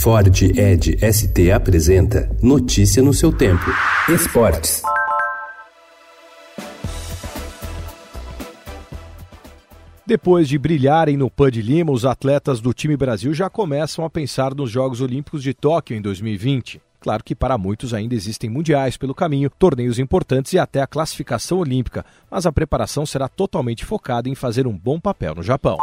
Ford Edge ST apresenta Notícia no seu tempo. Esportes. Depois de brilharem no PAN de Lima, os atletas do time Brasil já começam a pensar nos Jogos Olímpicos de Tóquio em 2020. Claro que para muitos ainda existem mundiais pelo caminho, torneios importantes e até a classificação olímpica, mas a preparação será totalmente focada em fazer um bom papel no Japão.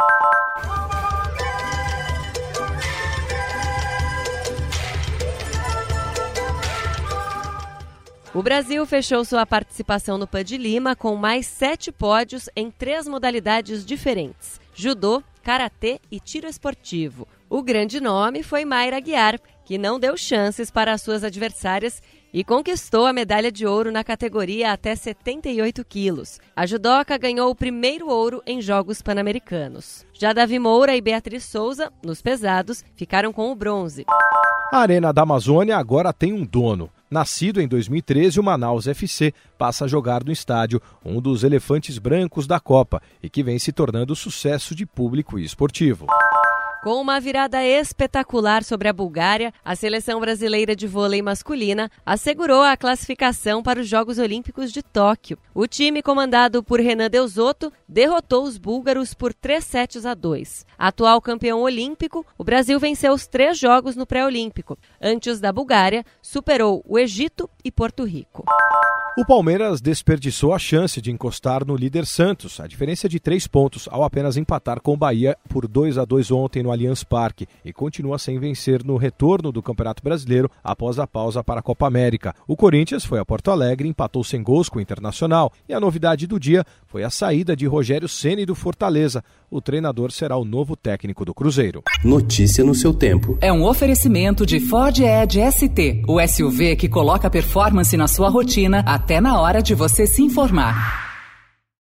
O Brasil fechou sua participação no PAN de Lima com mais 7 pódios em 3 modalidades diferentes: judô, karatê e tiro esportivo. O grande nome foi Mayra Aguiar, que não deu chances para as suas adversárias e conquistou a medalha de ouro na categoria até 78 quilos. A judoca ganhou o primeiro ouro em Jogos Pan-Americanos. Já Davi Moura e Beatriz Souza, nos pesados, ficaram com o bronze. A Arena da Amazônia agora tem um dono. Nascido em 2013, o Manaus FC passa a jogar no estádio, um dos elefantes brancos da Copa, e que vem se tornando sucesso de público e esportivo. Com uma virada espetacular sobre a Bulgária, a seleção brasileira de vôlei masculina assegurou a classificação para os Jogos Olímpicos de Tóquio. O time, comandado por Renan Delzotto, derrotou os búlgaros por 3-2. Atual campeão olímpico, o Brasil venceu os 3 jogos no pré-olímpico. Antes da Bulgária, superou o Egito e Porto Rico. O Palmeiras desperdiçou a chance de encostar no líder Santos. A diferença é de 3 pontos ao apenas empatar com o Bahia por 2-2 ontem no Allianz Parque e continua sem vencer no retorno do Campeonato Brasileiro após a pausa para a Copa América. O Corinthians foi a Porto Alegre e empatou sem gols com o Internacional. E a novidade do dia foi a saída de Rogério Ceni do Fortaleza. O treinador será o novo técnico do Cruzeiro. Notícia no seu tempo. É um oferecimento de Ford Edge ST, o SUV que coloca performance na sua rotina até na hora de você se informar.